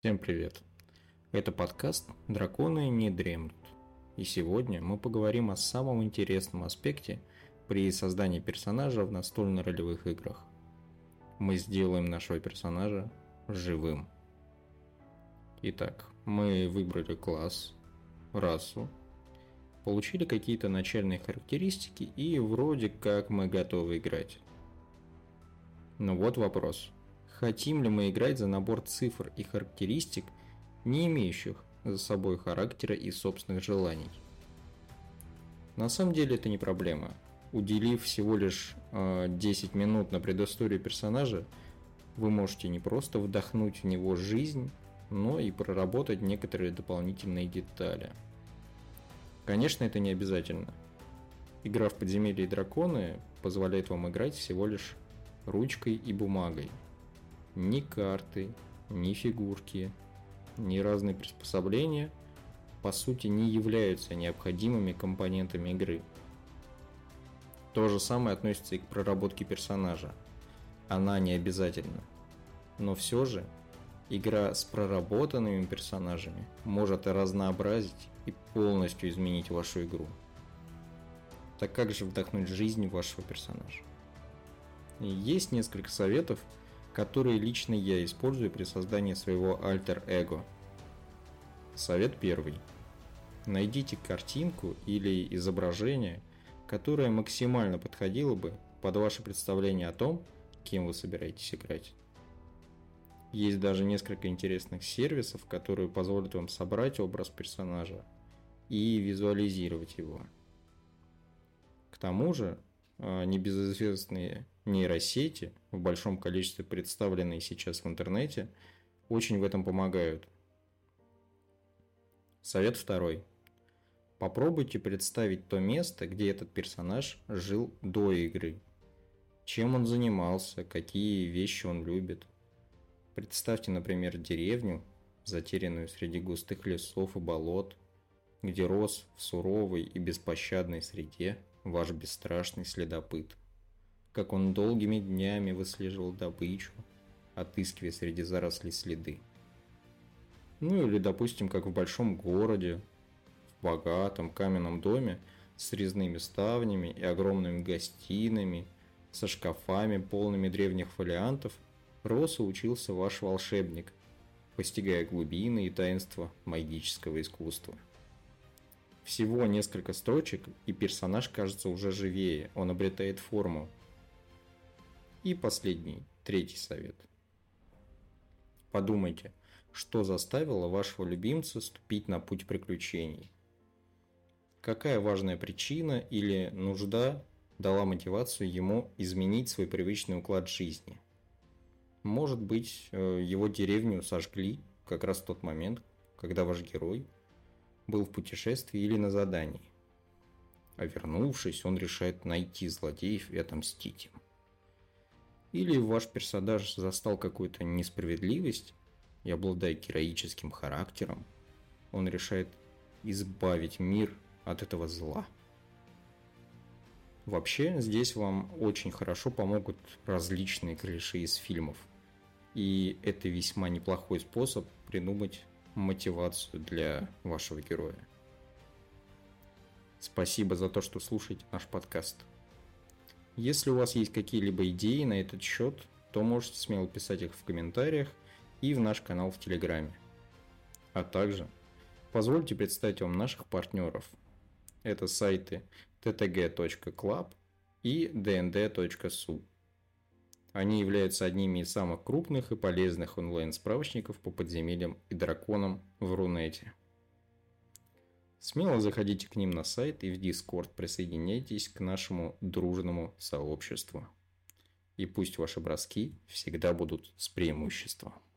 Всем привет! Это подкаст «Драконы не дремлют». И сегодня мы поговорим о самом интересном аспекте при создании персонажа в настольно-ролевых играх. Мы сделаем нашего персонажа живым. Итак, мы выбрали класс, расу, получили какие-то начальные характеристики и вроде как мы готовы играть. Но вот вопрос. Хотим ли мы играть за набор цифр и характеристик, не имеющих за собой характера и собственных желаний? На самом деле это не проблема. Уделив всего лишь 10 минут на предысторию персонажа, вы можете не просто вдохнуть в него жизнь, но и проработать некоторые дополнительные детали. Конечно, это не обязательно. Игра в подземелье и драконы позволяет вам играть всего лишь ручкой и бумагой. Ни карты, ни фигурки, ни разные приспособления, по сути, не являются необходимыми компонентами игры. То же самое относится и к проработке персонажа. Она не обязательна. Но все же, игра с проработанными персонажами может разнообразить и полностью изменить вашу игру. Так как же вдохнуть жизнь в вашего персонажа? Есть несколько советов, которые лично я использую при создании своего альтер-эго. Совет первый. Найдите картинку или изображение, которое максимально подходило бы под ваше представление о том, кем вы собираетесь играть. Есть даже несколько интересных сервисов, которые позволят вам собрать образ персонажа и визуализировать его. К тому же, небезызвестные нейросети, в большом количестве представленные сейчас в интернете, очень в этом помогают. Совет второй. Попробуйте представить то место, где этот персонаж жил до игры. Чем он занимался, какие вещи он любит. Представьте, например, деревню, затерянную среди густых лесов и болот, где рос в суровой и беспощадной среде ваш бесстрашный следопыт. Как он долгими днями выслеживал добычу, отыскивая среди зарослей следы. Ну или, допустим, как в большом городе, в богатом каменном доме с резными ставнями и огромными гостиными, со шкафами, полными древних фолиантов, рос и учился ваш волшебник, постигая глубины и таинства магического искусства. Всего несколько строчек, и персонаж кажется уже живее, он обретает форму. И последний, третий совет. Подумайте, что заставило вашего любимца ступить на путь приключений? Какая важная причина или нужда дала мотивацию ему изменить свой привычный уклад жизни? Может быть, его деревню сожгли как раз в тот момент, когда ваш герой был в путешествии или на задании. А вернувшись, он решает найти злодеев и отомстить им. Или ваш персонаж застал какую-то несправедливость и, обладая героическим характером, он решает избавить мир от этого зла. Вообще, здесь вам очень хорошо помогут различные клише из фильмов. И это весьма неплохой способ придумать мотивацию для вашего героя. Спасибо за то, что слушаете наш подкаст. Если у вас есть какие-либо идеи на этот счет, то можете смело писать их в комментариях и в наш канал в Телеграме. А также позвольте представить вам наших партнеров. Это сайты ttg.club и dnd.su. Они являются одними из самых крупных и полезных онлайн-справочников по подземельям и драконам в Рунете. Смело заходите к ним на сайт и в Discord присоединяйтесь к нашему дружному сообществу. И пусть ваши броски всегда будут с преимуществом.